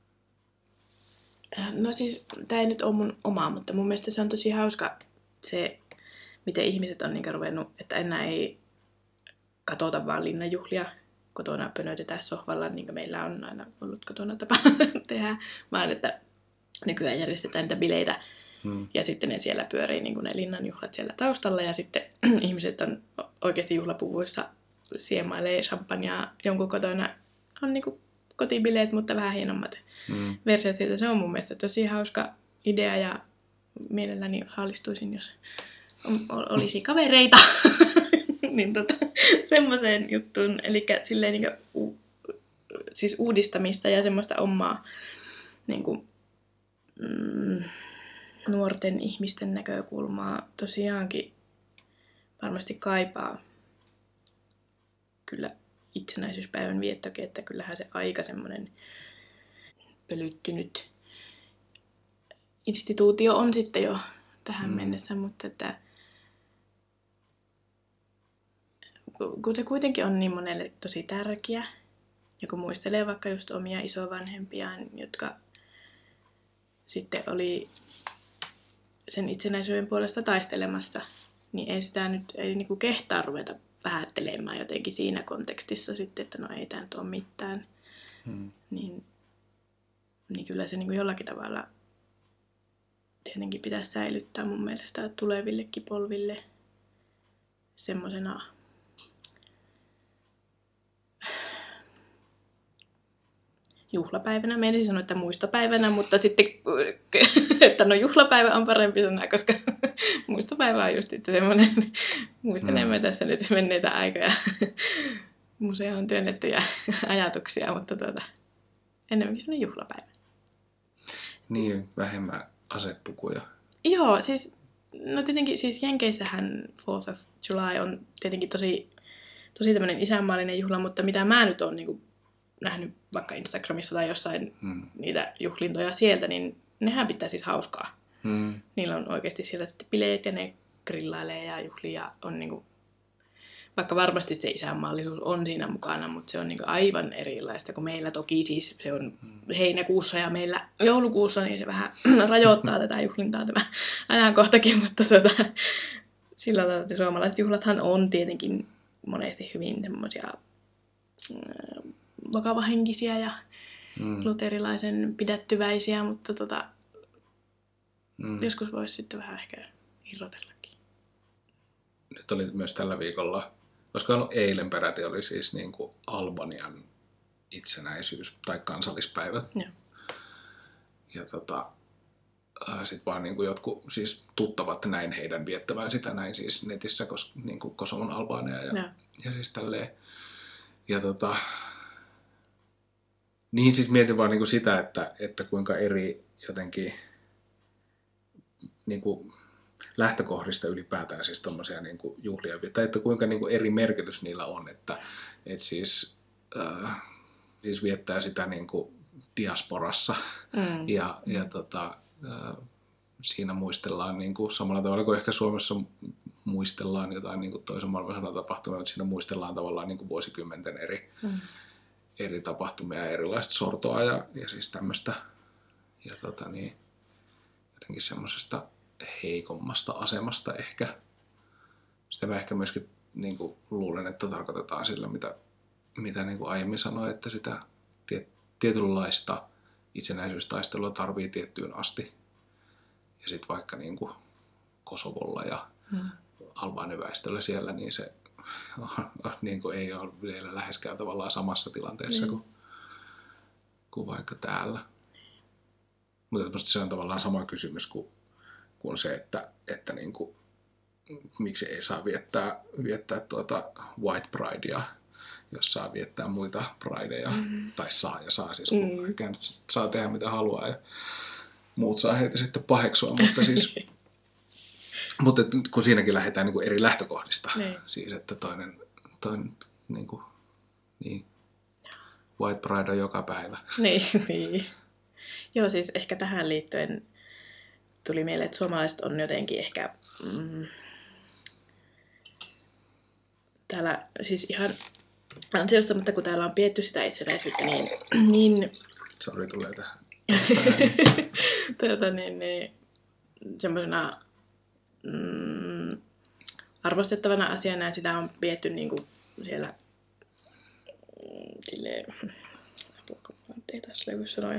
No siis, tämä ei nyt ole mun omaa, mutta mun mielestä se on tosi hauska se, miten ihmiset on niin ruvennut, että enää ei katsota vaan linnanjuhlia, kotona pönötetään sohvalla, niin kuin meillä on aina ollut kotona tapa tehdä, vaan että nykyään järjestetään niitä bileitä hmm. ja sitten ne siellä pyörii niin kuin ne linnanjuhlat siellä taustalla ja sitten ihmiset on oikeasti juhlapuvuissa siemailee champagnea jonkun kotona, on niin kuin kotibileet, mutta vähän hienommat hmm. versiot siitä. Se on mun mielestä tosi hauska, idea ja mielelläni osallistuisin, jos olisi kavereita. niin tota, semmoiseen juttuun. Eli silleen niin kuin, siis uudistamista ja semmoista omaa niin kuin, mm, nuorten ihmisten näkökulmaa tosiaankin varmasti kaipaa kyllä itsenäisyyspäivän viettokin, että kyllähän se aika semmoinen pölyttynyt instituutio on sitten jo tähän mm. mennessä, mutta että kun se kuitenkin on niin monelle tosi tärkeä, ja kun muistelee vaikka just omia isovanhempiaan, jotka sitten oli sen itsenäisyyden puolesta taistelemassa, niin ei sitä nyt ei niinku kehtaa ruveta vähättelemään jotenkin siinä kontekstissa sitten, että no ei tämä nyt ole mitään. Hmm. Niin, niin kyllä se niinku jollakin tavalla tietenkin pitäisi säilyttää mun mielestä tulevillekin polville semmoisena juhlapäivänä. Mä ensin sanoa, että muistopäivänä, mutta sitten, että no juhlapäivä on parempi sana, koska muistopäivä on just sitten semmoinen, muistelemme mm. tässä nyt menneitä aikoja, museoon työnnettyjä ajatuksia, mutta tuota, enemmänkin semmoinen juhlapäivä. Niin, vähemmän asepukuja. Joo, siis, no tietenkin, siis Jenkeissähän fourth of July on tietenkin tosi, tosi tämmöinen isänmaallinen juhla, mutta mitä mä nyt oon niin nähnyt vaikka Instagramissa tai jossain hmm. niitä juhlintoja sieltä, niin nehän pitää siis hauskaa. Hmm. Niillä on oikeasti siellä sitten bileet ja ne grillailee ja juhlii ja on niinku, vaikka varmasti se isänmaallisuus on siinä mukana, mutta se on niinku aivan erilaista kuin meillä. Toki siis se on hmm. heinäkuussa ja meillä joulukuussa, niin se vähän rajoittaa tätä juhlintaa tämä ajankohtakin, mutta tota, sillä tavalla, että suomalaiset juhlathan on tietenkin monesti hyvin semmoisia vakavahenkisiä ja mm. luterilaisen pidättyväisiä, mutta tota, mm. joskus voisi sitten vähän ehkä irrotellakin. Nyt oli myös tällä viikolla, koska on eilen peräti oli siis niin kuin Albanian itsenäisyys- tai kansallispäivät. Ja, ja tota, sitten vaan niin kuin jotkut siis tuttavat näin heidän viettävän sitä näin siis netissä, koska niin kuin Kosovon Albania ja, ja. ja siis tälleen. Ja tota, niin siis mietin vaan niinku sitä, että, että kuinka eri jotenkin niinku lähtökohdista ylipäätään siis tommosia niinku juhlia, tai että kuinka niinku eri merkitys niillä on, että et siis, äh, siis viettää sitä niinku diasporassa mm. ja, ja tota, äh, siinä muistellaan niinku samalla tavalla kuin ehkä Suomessa muistellaan jotain niinku toisen maailmansodan tapahtumia, mutta siinä muistellaan tavallaan niinku vuosikymmenten eri mm. eri tapahtumia ja erilaista sortoa ja, ja siis tämmöistä ja tota niin, jotenkin semmoisesta heikommasta asemasta ehkä. Sitä mä ehkä myöskin niin kuin, luulen, että tarkoitetaan sillä, mitä, mitä niin kuin aiemmin sanoin, että sitä tiet, tietynlaista itsenäisyystaistelua tarvii tiettyyn asti. Ja sitten vaikka niin kuin Kosovolla ja hmm. albaaniväestöllä siellä, niin se niin kuin ei ole vielä läheskään tavallaan samassa tilanteessa mm. kuin, kuin vaikka täällä. Mutta se on tavallaan sama kysymys kuin, kuin se, että, että niin kuin, miksi ei saa viettää, viettää tuota White Pridea, jos saa viettää muita prideja, mm. tai saa ja saa siis, kun mm. saa tehdä mitä haluaa ja muut saa heitä sitten paheksua, mutta siis mutta kun siinäkin lähdetään niin kuin eri lähtökohdista, niin. Siis että toinen, toinen niin kuin, niin, White Pride on joka päivä. Niin, niin. Joo, siis ehkä tähän liittyen tuli mieleen, että suomalaiset on jotenkin ehkä mm, täällä siis ihan ansiosta, mutta kun täällä on pietty sitä itsenäisyyttä, niin... niin Sori, tulee tähän. Tuota, niin, niin, semmoisena mm, arvostettavana asiana, ja sitä on pietty niin kuin siellä mm, silleen, apua, ei taas löydy sanoja.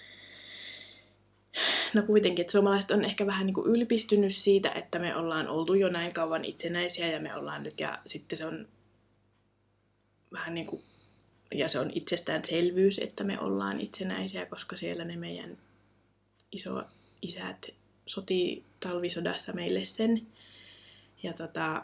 No kuitenkin, että suomalaiset on ehkä vähän niin kuin ylpistynyt siitä, että me ollaan oltu jo näin kauan itsenäisiä ja me ollaan nyt, ja sitten se on vähän niin kuin, ja se on itsestäänselvyys, että me ollaan itsenäisiä, koska siellä ne meidän iso isät soti talvisodassa meille sen. Ja tota,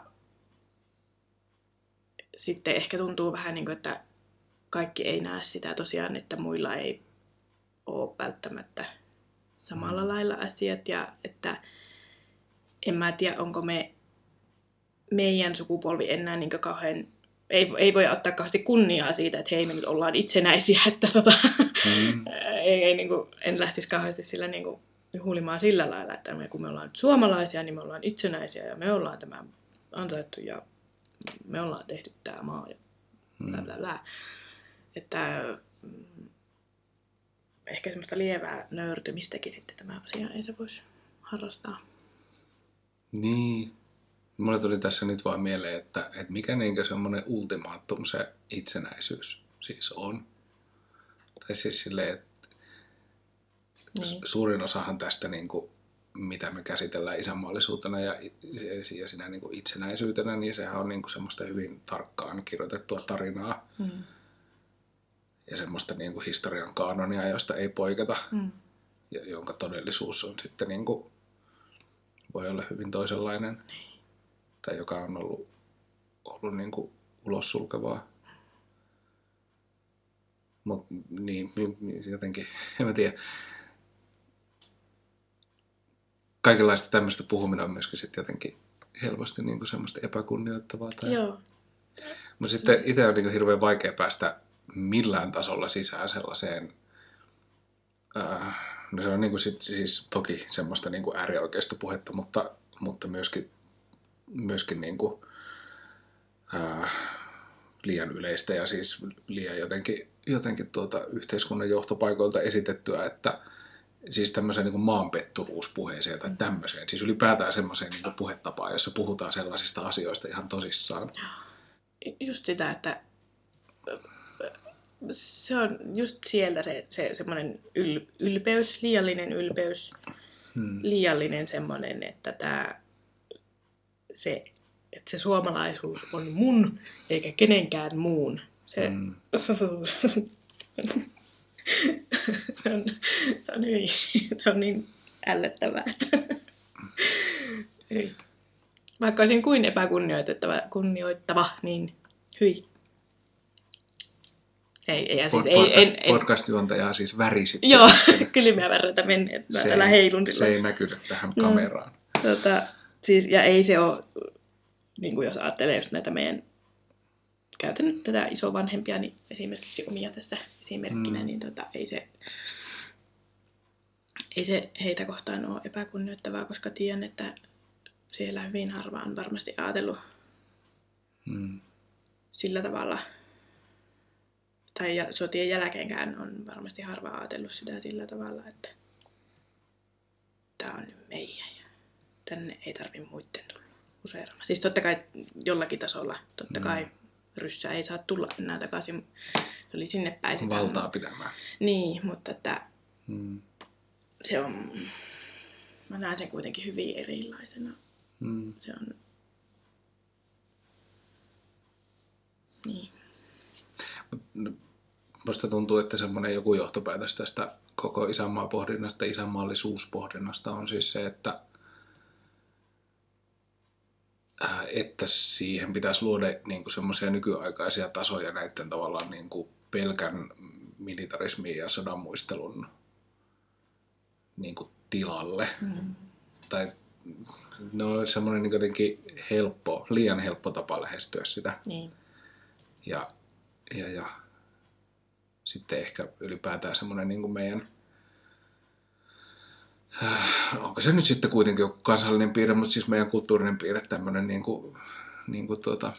sitten ehkä tuntuu vähän niin kuin, että kaikki ei näe sitä tosiaan, että muilla ei ole välttämättä samalla mm. lailla asiat. Ja että en mä tiedä, onko me meidän sukupolvi enää niin kauhean, ei, ei voi ottaa kauheasti kunniaa siitä, että hei, me nyt ollaan itsenäisiä, että tota, mm. ei, ei, niin kuin, en lähtisi kauheasti sillä niin kuin huulimaan sillä lailla, että me, kun me ollaan nyt suomalaisia, niin me ollaan itsenäisiä ja me ollaan tämä ansaittu ja me ollaan tehty tämä maa ja bla bla bla. Että mm, ehkä semmoista lievää nöyrtymistäkin sitten tämä asia ei se voisi harrastaa. Niin. Mulle tuli tässä nyt vaan mieleen, että, että mikä niinkö semmoinen ultimaattum se itsenäisyys siis on. Tai siis silleen, että niin. Suurin osahan tästä, niin kuin, mitä me käsitellään isänmaallisuutena ja, ja siinä niin kuin itsenäisyytenä, niin sehän on niin kuin semmoista hyvin tarkkaan kirjoitettua tarinaa. Mm. Ja semmoista niin kuin historian kaanonia, josta ei poiketa, mm. ja jonka todellisuus on sitten niin kuin, voi olla hyvin toisenlainen. Tai joka on ollut, ollut niin kuin ulos sulkevaa. Mutta niin, jotenkin, en mä tiedä. Kaikenlaista tämmöistä puhuminen on myöskin sitten jotenkin helposti niin kuin semmoista epäkunnioittavaa. Tai... Joo. Mutta sitten itse on niin kuin hirveän vaikea päästä millään tasolla sisään sellaiseen. Äh, no se on niin kuin sit, siis toki semmoista niin kuin äärioikeista puhetta, mutta, mutta myöskin myöskin niin kuin, ää, liian yleistä ja siis liian jotenkin, jotenkin tuota yhteiskunnan johtopaikoilta esitettyä, että siis tämmöiseen niin kuin maanpetturuuspuheeseen tai tämmöiseen, siis ylipäätään semmoiseen niin kuin puhetapaan, jossa puhutaan sellaisista asioista ihan tosissaan. Just sitä, että se on just sieltä se, se semmoinen yl, ylpeys, liiallinen ylpeys, hmm. liiallinen semmoinen, että tämä Se, että se suomalaisuus on mun, eikä kenenkään muun. Se, mm. se, on, se, on, hyvin, se on niin ällöttävää. Vaikka olisin kuin epäkunnioitettava, kunnioittava, niin hyi. Ei, ei, siis, Podcast, ei, en, podcast-juontajaa siis värisi. Joo, kylmiä värreitä meni, että mä täällä heilun sillä. Se ei näkynyt tähän kameraan. No, tota, siis, ja ei se ole, niin kuin jos ajattelee just näitä meidän, käytän nyt tätä isovanhempia, niin esimerkiksi omia tässä esimerkkinä, mm. niin tota, ei, se, ei se heitä kohtaan ole epäkunnioittavaa, koska tiedän, että siellä hyvin harva on varmasti ajatellut mm. sillä tavalla, tai sotien jälkeenkään on varmasti harva ajatellut sitä sillä tavalla, että tämä on nyt meidän ja tänne ei tarvitse muiden tulla useerana. Siis totta kai jollakin tasolla, totta kai mm. ryssää ei saa tulla enää takaisin, oli sinne päin sitä. Valtaa pitämään. Niin, mutta että mm. se on, mä näen sen kuitenkin hyvin erilaisena. Mm. Se on, niin. Musta tuntuu, että semmoinen joku johtopäätös tästä koko isänmaapohdinnasta, isänmaallisuuspohdinnasta on siis se, että että siihen pitäisi luoda niin kuin semmoisia nykyaikaisia tasoja näiden tavallaan niin kuin pelkän militarismin ja sodanmuistelun niin kuin tilalle. Mm. Tai no semmoinen niin jotenkin helppo, liian helppo tapa lähestyä sitä. Niin. Ja, ja, ja sitten ehkä ylipäätään semmoinen niin kuin meidän, onko se nyt sitten kuitenkin joku kansallinen piirre, mutta siis meidän kulttuurinen piirre, tämmöinen niin kuin, niin kuin tuota,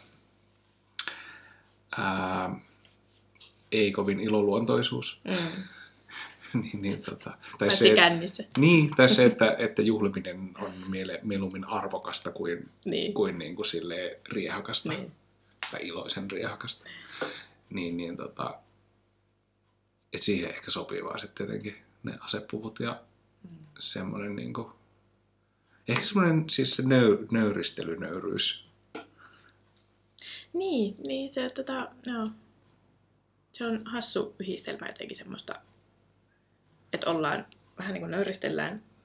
ää, ei kovin iloluontoisuus. Mm. niin, niin, tota, tai se, kännissä. Niin, tai se, että, että juhliminen on miele, mieluummin arvokasta kuin, niin. kuin, niin kuin silleen riehakasta. Niin. Tai iloisen riehakasta. Niin, niin tota, että siihen ehkä sopii vaan sitten jotenkin ne asepuvut ja mm. semmoinen niinku, ehkä semmoinen siis se nöy, nöyristelynöyryys. Niin, niin se, tota, no, se on hassu yhdistelmä jotenkin semmoista, että ollaan, vähän niin kuin nöyristellään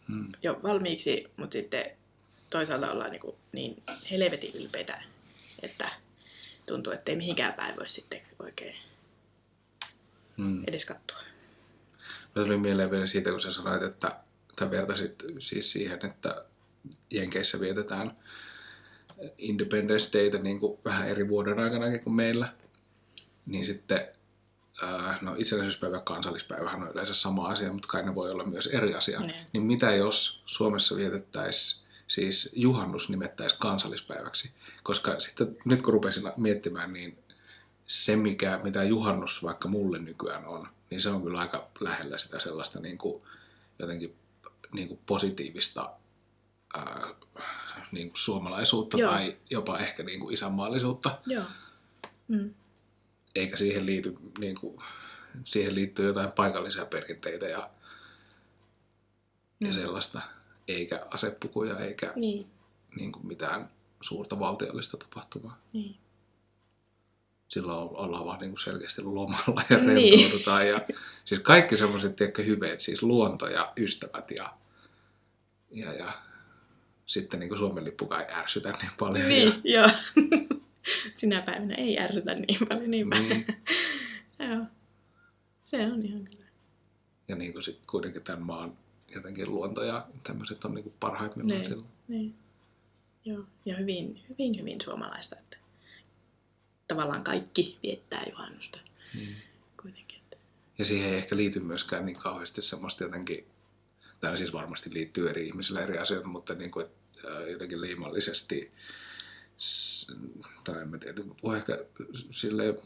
Hmm. jo valmiiksi, mutta sitten toisaalta ollaan niin, kuin niin helvetin ylpeitä, että tuntuu, että ei mihinkään päin voi sitten oikein hmm. edes katsoa. Mä tuli mieleen vielä siitä, kun sä sanoit, että tai vertasit siis siihen, että Jenkeissä vietetään Independence Dayta niin kuin vähän eri vuoden aikana kuin meillä, niin sitten ää, no itsenäisyyspäivä ja kansallispäivähän on yleensä sama asia, mutta kai ne voi olla myös eri asia. Ne. Niin mitä jos Suomessa vietettäisiin, siis juhannus nimettäisiin kansallispäiväksi? Koska sitten nyt kun rupesin miettimään, niin se mikä, mitä juhannus vaikka mulle nykyään on, niin se on kyllä aika lähellä sitä sellaista niin kuin, jotenkin niin kuin positiivista ää, niin kuin suomalaisuutta. Joo. Tai jopa ehkä niin kuin isänmaallisuutta. Joo. Mm. Eikä siihen liity, niin kuin, siihen liittyy jotain paikallisia perinteitä ja, mm. ja sellaista, eikä asepukuja eikä niin. Niin kuin mitään suurta valtiollista tapahtumaa. Niin. Silloin ollaan vaan niin kuin selkeästi lomalla ja rentoudutaan. Niin. Ja, siis kaikki semmoiset hyveet, siis luonto ja ystävät ja, ja, ja sitten niin kuin Suomen lippukaan ei ärsytä niin paljon. Niin, ja... joo. Sinä päivänä ei ärsytä niin paljon. Niin niin. Joo. Se on ihan kyllä. Ja niin kuin sitten kuitenkin tämän maan jotenkin luonto ja tämmöiset on niin kuin parhaimmillaan niin, silloin. Niin. Joo, ja hyvin, hyvin, hyvin suomalaista, että tavallaan kaikki viettää juhannusta niin. kuitenkin. Ja siihen ei ehkä liity myöskään niin kauheasti semmoista jotenkin, tai siis varmasti liittyy eri ihmisillä eri asioita, mutta niin kuin, jotenkin liimallisesti, tai en mä tiedä, voi ehkä silleen,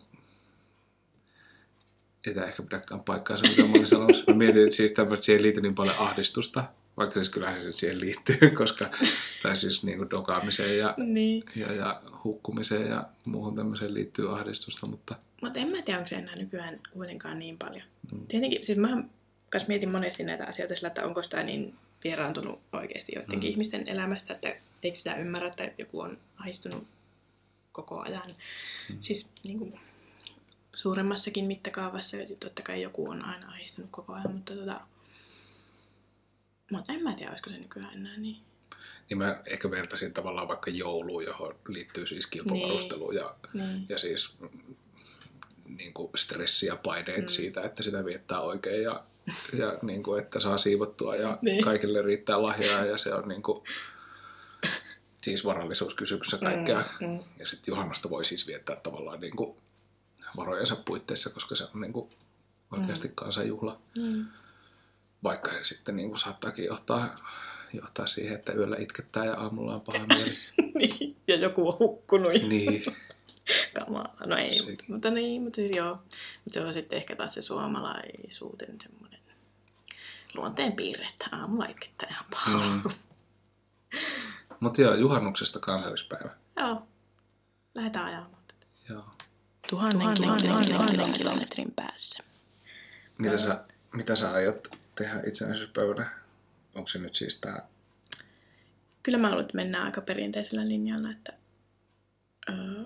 ei tämä ehkä pidäkään paikkaansa, mitä mä olin sanomassa. Mä mietin, että siis tämmöistä siihen ei liity niin paljon ahdistusta, vaikka siis kyllähän se siihen liittyy, koska, tai siis niin kuin dokaamiseen ja, niin. ja, ja hukkumiseen ja muuhun tämmöiseen liittyy ahdistusta, mutta... Mutta en mä tiedä, onko se enää nykyään kuitenkaan niin paljon. Mm. Tietenkin, siis mä kas mietin monesti näitä asioita sillä, että onko sitä niin vieraantunut oikeasti joidenkin mm. ihmisten elämästä, että eikö sitä ymmärrä, että joku on ahdistunut koko ajan. Mm. Siis niin kuin, suuremmassakin mittakaavassa, ja totta kai joku on aina ahdistunut koko ajan, mutta tota... Mutta en mä tiedä, olisiko se nykyään enää niin. Niin mä ehkä vertaisin tavallaan vaikka jouluun, johon liittyy siis kilpavarustelu ja, niin. ja siis niin kuin stressi ja paineet mm. siitä, että sitä viettää oikein ja, ja niin kuin, että saa siivottua ja niin. kaikille riittää lahjaa ja se on niin kuin, siis varallisuuskysymys ja kaikkea. Mm, mm. Ja sitten juhannosta voi siis viettää tavallaan niin kuin varojensa puitteissa, koska se on niin kuin oikeasti kansanjuhla. Mm. Vaikka se sitten niin kuin saattaakin johtaa, johtaa siihen, että yöllä itkettää ja aamulla on paha mieli. Niin, ja joku on hukkunut. Niin. Kamala. No ei, mutta, mutta niin, mutta siis joo. Mutta se on sitten ehkä taas se suomalaisuuden semmoinen luonteen piirre, että aamulla itkettää ihan paha. Mm. Mutta joo, juhannuksesta kansallispäivä. Joo, lähdetään ajamaan tätä. Joo. Tuhannen, tuhannen, tuhannen, tuhannen kilometrin päässä. Mitä sä, mitä sä aiot tehdä itsenäisyyspäivänä? Onko se nyt siis tää? Kyllä mä luulen, että mennään aika perinteisellä linjalla, että öö,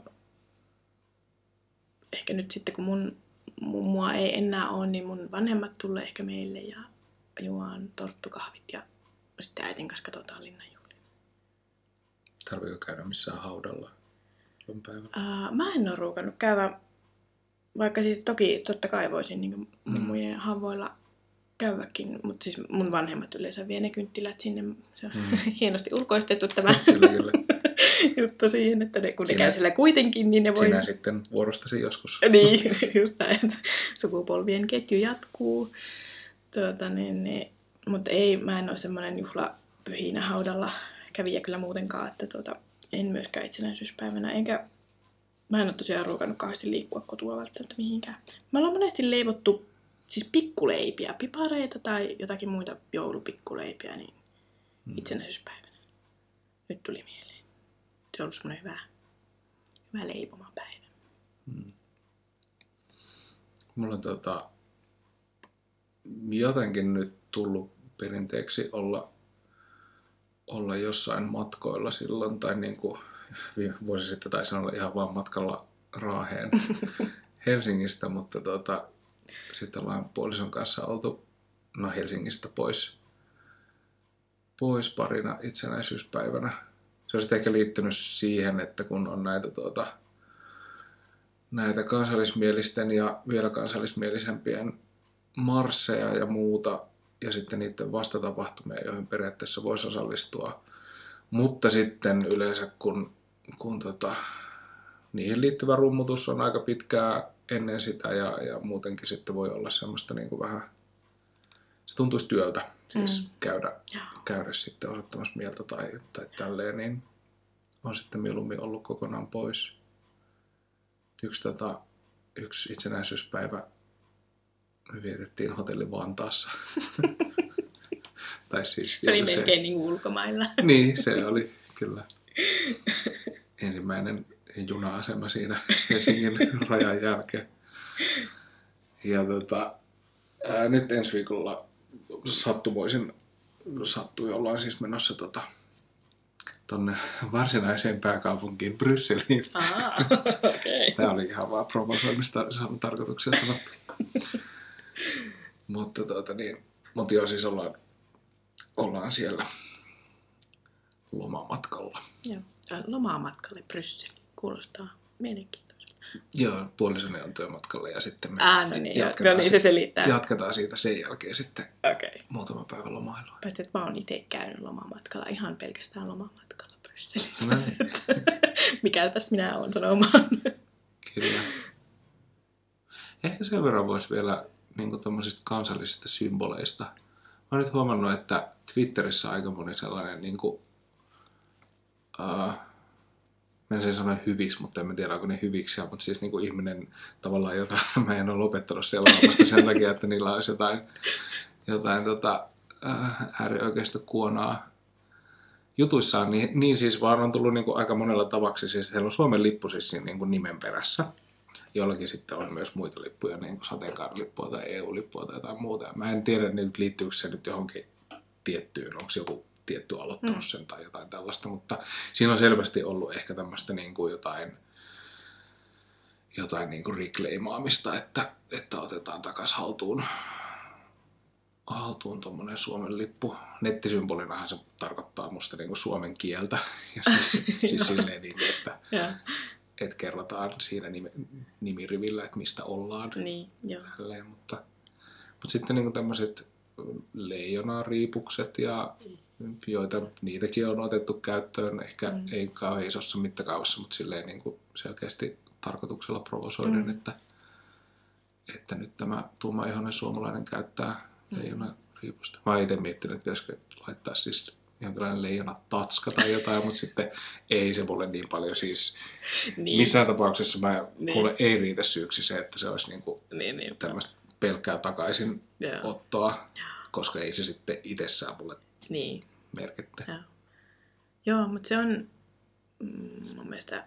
ehkä nyt sitten kun mun, mun mua ei enää ole, niin mun vanhemmat tulee ehkä meille ja juon torttukahvit ja sitten äitin kanssa katsotaan linnanjuhlia. Tarviiko käydä missään haudalla päivänä? Uh, mä en ole ruukannut käydä, vaikka siis toki totta kai voisin niin mummujen mm. havoilla käydäkin, mutta siis mun vanhemmat yleensä vie ne kynttilät sinne. Se on mm. hienosti ulkoistettu tämä kyllä, kyllä. juttu siihen, että ne, kun sinä, ne käy siellä kuitenkin, niin ne voi... Sinä sitten vuorostasi joskus. Niin, just näin, että sukupolvien ketju jatkuu. Tuota, niin, niin, mutta ei, mä en ole semmoinen juhlapyhinä haudalla kävijä kyllä muutenkaan, että tuota, en myöskään itsenäisyyspäivänä, enkä mä en ole tosiaan ruukannut kauheasti liikkua kotua välttämättä mihinkään. Me ollaan monesti leivottu siis pikkuleipiä, pipareita tai jotakin muita joulupikkuleipiä niin hmm. itsenäisyyspäivänä. Nyt tuli mieleen. Se on ollut semmoinen hyvä, hyvä leipomapäivä. Hmm. Mulla on tota, jotenkin nyt tullut perinteeksi olla, olla jossain matkoilla silloin, tai niin kuin vuosi sitten taisin olla ihan vaan matkalla Raaheen Helsingistä, mutta tota, sitten ollaan puolison kanssa oltu no Helsingistä pois pois parina itsenäisyyspäivänä. Se on sitten ehkä liittynyt siihen, että kun on näitä, tuota, näitä kansallismielisten ja vielä kansallismielisempien marsseja ja muuta, ja sitten niiden vastatapahtumia, joihin periaatteessa voisi osallistua. Mutta sitten yleensä, kun, kun tota, niihin liittyvä rummutus on aika pitkää ennen sitä, ja, ja muutenkin sitten voi olla semmoista niin kuin vähän, se tuntuisi työltä, siis mm. käydä, käydä sitten osoittamassa mieltä tai, tai tälleen, niin on sitten mieluummin ollut kokonaan pois. Yksi, tota, yksi itsenäisyyspäivä me vietettiin hotelli Vantaassa. tai siis se oli melkein se, niin ulkomailla. niin, se oli kyllä ensimmäinen juna-asema siinä Helsingin rajan jälkeen. Ja tota, ää, nyt ensi viikolla sattumoisin sattui ollaan siis menossa tota, tonne varsinaiseen pääkaupunkiin Brysseliin. Aa, okay. Tämä oli ihan vaan provosoimista tarkoituksella sanottu. mutta tuota niin, mutta joo, siis ollaan, ollaan siellä lomamatkalla. Joo, lomamatkalle Brysseliin. Kuulostaa mielenkiintoista. Joo, puolisoni on työmatkalla ja sitten me ah, no niin, jatketaan, no niin, se selittää. jatketaan siitä sen jälkeen sitten okay. muutama päivä lomailua. Paitsi, että mä oon itse käynyt lomamatkalla, ihan pelkästään lomamatkalla Brysselissä. No. Mikäpäs minä oon sanomaan. Kyllä. Ehkä sen verran voisi vielä niin tuommoisista kansallisista symboleista. Mä oon nyt huomannut, että Twitterissä aika moni sellainen niin kuin, uh, mä en sanoa hyviksi, mutta en tiedä, onko ne hyviksiä, mutta siis niin kuin ihminen tavallaan, jota mä en ole lopettanut seuraamasta sen takia, että niillä olisi jotain, jotain tota, uh, äärioikeista kuonaa jutuissaan, niin, niin siis vaan on tullut niin kuin aika monella tavaksi, siis heillä on Suomen lippu siis siinä niin kuin nimen perässä. Jollakin sitten on myös muita lippuja, niin kuin sateenkaarilippua tai E U-lippua tai jotain muuta. Mä en tiedä, niin liittyykö se nyt johonkin tiettyyn, onko joku tietty aloittanut sen tai jotain tällaista, mutta siinä on selvästi ollut ehkä tämmöistä niin kuin jotain, jotain niin kuin reclaimaamista, että, että otetaan takaisin haltuun, haltuun tuommoinen Suomen lippu. Nettisymbolinahan se tarkoittaa musta niin kuin suomen kieltä, ja siis, siis silleen niin, että... että kerrotaan siinä nime, nimirivillä, että mistä ollaan. Niin, joo. Tälleen, mutta, mutta sitten niin tämmöiset leijonariipukset, ja, joita niitäkin on otettu käyttöön, ehkä mm. ei kauhean isossa mittakaavassa, mutta silleen niin kuin selkeästi tarkoituksella provosoiden, mm. että, että nyt tämä tummaihoinen suomalainen käyttää mm. leijonariipusta. Mä oon itse miettinyt, että pitäisikö laittaa siis jonkinlainen leijona tatska tai jotain, mutta sitten ei se mulle niin paljon siis. Niin. Missään tapauksessa mä, niin. mulle ei riitä syyksi se, että se olisi niinku niin, niin. tämmöistä pelkkää takaisin yeah. ottoa, koska ei se sitten itsessään mulle niin. merkitse. Joo, Joo mutta se on mm, mun mielestä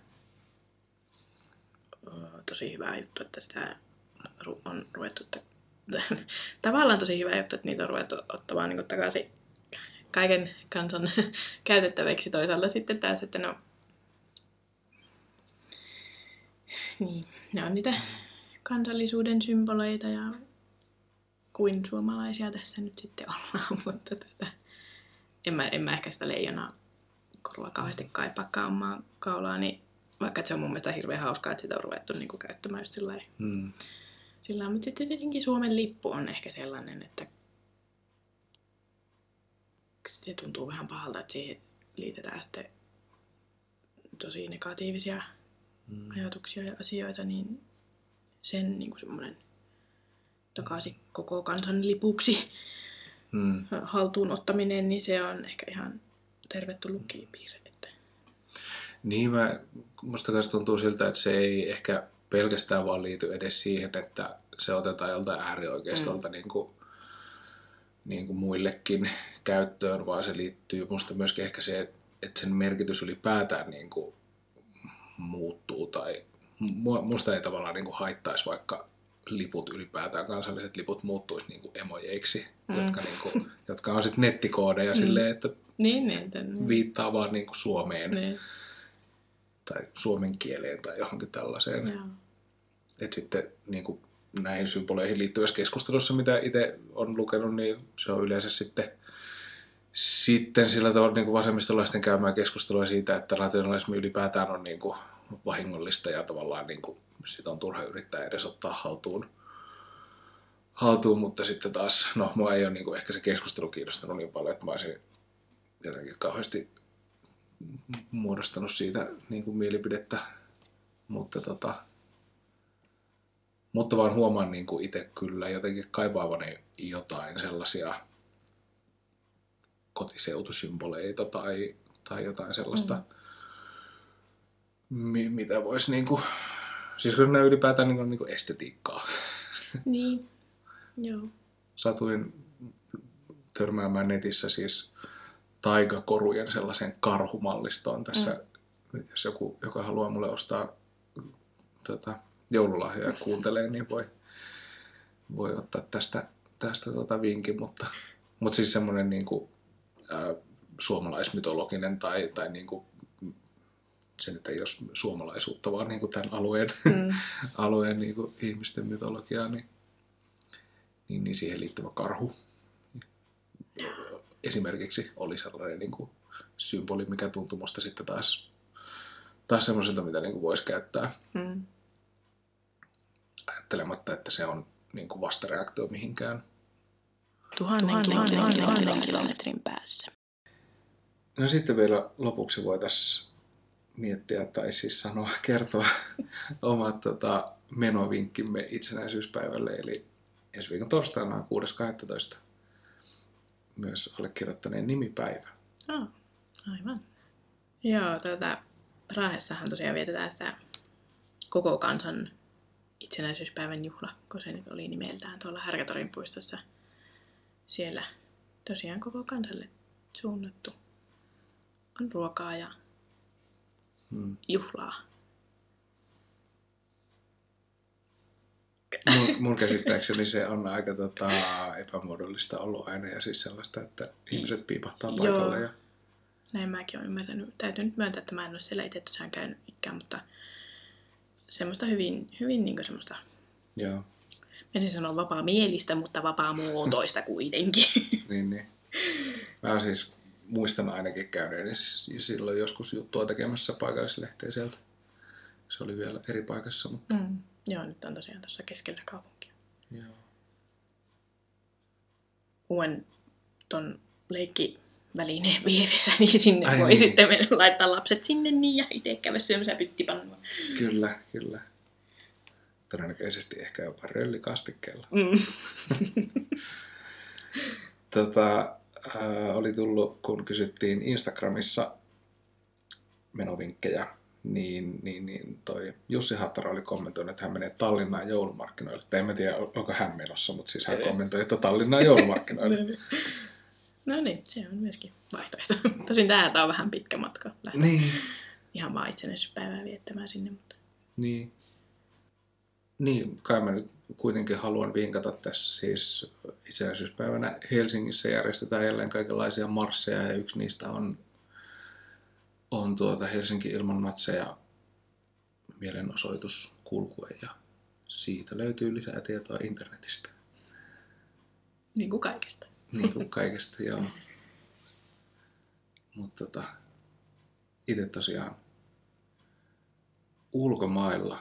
tosi hyvä juttu, että sitä on ruvettu, tavallaan tosi hyvä juttu, että niitä on ruvettu ottamaan niin kuin takaisin kaiken kansan käytettäväksi. Toisaalta sitten taas, että no, niin, ne on niitä kansallisuuden symboleita ja kuin suomalaisia tässä nyt sitten ollaan, mutta tätä, en, mä, en mä ehkä sitä leijonaa korua kauheasti kaipaakaan omaa kaulaa, niin vaikka se on mun mielestä hirveän hauskaa, että sitä on ruvettu niin kuin käyttämään just sillä lailla. Hmm. Sillä, mutta sitten tietenkin Suomen lippu on ehkä sellainen, että se tuntuu vähän pahalta, että siihen liitetään sitten tosi negatiivisia mm. ajatuksia ja asioita, niin sen niin kuin semmoinen takaisin koko kansan lipuksi mm. haltuun ottaminen, niin se on ehkä ihan tervetullutkin piirre. Niin, mä, musta kanssa tuntuu siltä, että se ei ehkä pelkästään vaan liity edes siihen, että se otetaan joltain äärioikeistolta mm. niin kuin niin kuin muillekin käyttöön, vaan se liittyy musta myöskin ehkä se, että sen merkitys ylipäätään niin kuin muuttuu, tai musta ei tavallaan niin kuin haittaisi, vaikka liput ylipäätään, kansalliset liput muuttuisi niin kuin emojeiksi, mm. jotka, niin kuin, jotka on sitten nettikoodeja mm. silleen, että niin, niin, niin. viittaa vaan niin kuin Suomeen niin. tai suomen kieleen tai johonkin tällaiseen. Joo. Että sitten niin kuin näihin symboleihin liittyvässä keskustelussa, mitä itse on lukenut, niin se on yleensä sitten sitten sillä tavalla niin kuin vasemmistolaisten käymään keskustelua siitä, että nationalismi ylipäätään on niin kuin vahingollista ja tavallaan niin kuin sitä on turha yrittää edes ottaa haltuun. haltuun, mutta sitten taas, no mua ei ole niin kuin ehkä se keskustelu kiinnostanut niin paljon, että mä olisin jotenkin kauheasti muodostanut siitä niin kuin mielipidettä, mutta, tota, mutta vaan huomaan niin kuin itse kyllä jotenkin kaivaavani jotain sellaisia kotiseutusymboleita tai, tai jotain sellaista, mm. mitä voisi niin kuin, siis kyllä ne ylipäätään niin kuin, niin kuin estetiikkaa. Niin, joo. Satuin törmäämään netissä siis taikakorujen sellaisen karhumallistoon tässä. Mm. Nyt jos joku, joka haluaa mulle ostaa tota, joululahjoja kuuntelee, niin voi, voi ottaa tästä, tästä tota vinkin. Mutta, mutta siis semmoinen niin kuin, ää, suomalaismytologinen tai, tai niin kuin, se nyt ei ole suomalaisuutta, vaan niin kuin tämän alueen, mm. alueen niin kuin ihmisten mytologiaa, niin, niin, niin siihen liittyvä karhu esimerkiksi oli sellainen niin kuin symboli, mikä tuntui musta sitten taas, taas semmoiselta, mitä niin kuin voisi käyttää. Mm. Ajattelematta, että se on niin kuin vastareaktio mihinkään. Tuhannen, tuhannen, tuhannen, tuhannen kilometrin päässä. No sitten vielä lopuksi voitaisiin miettiä tai siis sanoa, kertoa omat tota, menovinkkimme itsenäisyyspäivälle. Eli ensi viikon torstaina on kuudes kahdestoista myös allekirjoittaneen nimipäivä. Oh, aivan. Joo, tuota, Raahessahan tosiaan vietetään sitä koko kansan itsenäisyyspäivän juhla, kun se nyt oli nimeltään tuolla Härkätorin puistossa. Siellä tosiaan koko kansalle suunnattu on ruokaa ja hmm. juhlaa. Mun, mun käsittääkseni se on aika tota, epämuodollista ollut aina ja siis sellaista, että ihmiset piipahtaa paikalle. Ja... Näin mäkin olen ymmärtänyt. Täytyy nyt myöntää, että mä en ole siellä itse tosiaan käynyt ikään, mutta semmoista hyvin, hyvin niin kuin semmoista, joo. en sanoa vapaa mielistä, mutta vapaa muotoista kuitenkin. niin, niin. Mä siis muistan ainakin käyneeni silloin joskus juttua tekemässä paikallislehteä sieltä. Se oli vielä eri paikassa, mutta... Mm. Joo, nyt on tosiaan tuossa keskellä kaupunkia. Joo. Uuden ton leikkivälineen vieressä, niin sinne Ai voi niin. sitten mennä, laittaa lapset sinne niin ja itse käydä syömässä pyttipannua. Kyllä, kyllä. Todennäköisesti ehkä jopa röllikastikkeella. Mm. tota, äh, oli tullut, kun kysyttiin Instagramissa menovinkkejä, Niin, niin, niin toi Jussi Hattara oli kommentoinut, että hän menee Tallinnaan joulumarkkinoille. Tai en mä tiedä, onko hän menossa, mutta siis hän kommentoi, että Tallinnaan joulumarkkinoille. No niin, se on myöskin vaihtoehto. Tosin täältä on vähän pitkä matka lähteä. Niin. Ihan vaan itsenäisyyspäivää viettämään sinne. Mutta... Niin. Niin, kai mä nyt kuitenkin haluan vinkata tässä. Siis itsenäisyyspäivänä Helsingissä järjestetään jälleen kaikenlaisia marsseja ja yksi niistä on on tuota Helsinki ilman natseja mielenosoitus kulkue ja siitä löytyy lisää tietoa internetistä. Niin kuin kaikesta. Niin kuin kaikesta, joo. Mutta tota, itse tosiaan ulkomailla,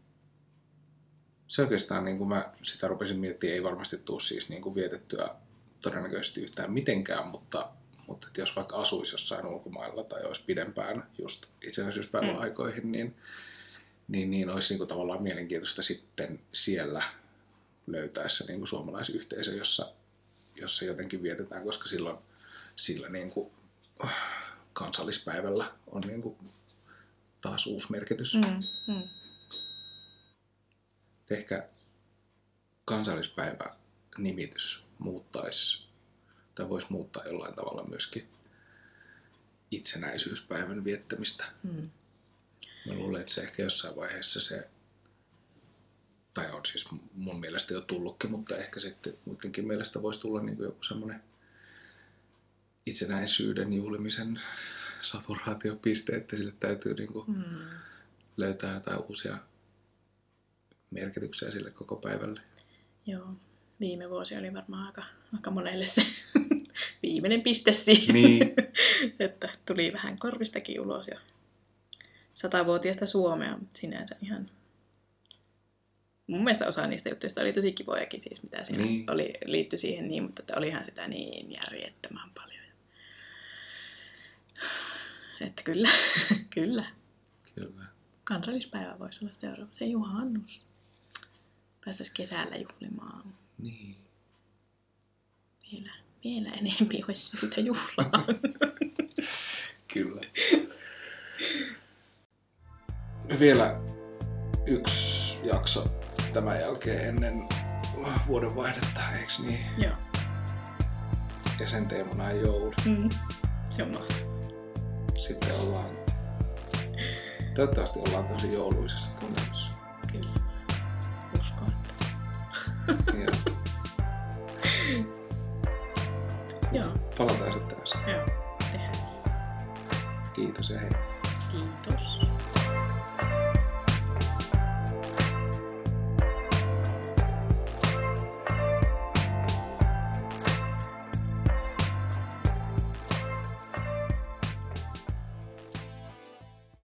se oikeastaan niin kuin mä sitä rupesin miettimään, ei varmasti tule siis niin kuin vietettyä todennäköisesti yhtään mitenkään, mutta Mutta että jos vaikka asuisi jossain ulkomailla tai olisi pidempään just itsenäisyyspäivän mm. aikoihin, niin, niin, niin olisi niin kuin tavallaan mielenkiintoista sitten siellä löytää se niin kuin suomalaisyhteisö, jossa, jossa jotenkin vietetään, koska silloin sillä niin kuin kansallispäivällä on niin kuin taas uusi merkitys. Mm. Mm. Ehkä kansallispäivä nimitys muuttaisi tai voisi muuttaa jollain tavalla myöskin itsenäisyyspäivän viettämistä. Mm. Mä luulen, että se ehkä jossain vaiheessa se, tai on siis mun mielestä jo tullutkin, mutta ehkä sitten muidenkin mielestä voisi tulla niin kuin joku semmoinen itsenäisyyden juhlimisen saturaatiopiste, että sille täytyy niin kuin mm. löytää jotain uusia merkityksiä sille koko päivälle. Joo, viime vuosi oli varmaan aika, aika monelle se viimeinen piste siihen. Niin. Että tuli vähän korvistakin ulos jo satavuotiaasta Suomea, mutta sinänsä ihan... Mun mielestä osa niistä juttuista oli tosi kivojakin, siis mitä siinä niin. oli, liittyi siihen niin, mutta että olihan sitä niin järjettömän paljon. Että kyllä, kyllä. Kyllä. Kansallispäivä voisi olla seuraava, se juhannus. Päästäisiin kesällä juhlimaan. Niin. Vielä, vielä enemmän olisi syytä juhlaa. Kyllä. Vielä yksi jakso tämän jälkeen ennen vuodenvaihdetta, eikö niin? Joo. Ja sen teemana on joulu. Mm. Se on mahtavaa. Sitten ollaan, toivottavasti ollaan tosi jouluisessa tunnelmassa. Kyllä. Uskon. Joo. Joo. Palataan sitten taas. Joo. Tehdään. Kiitos ja hei. Kiitos.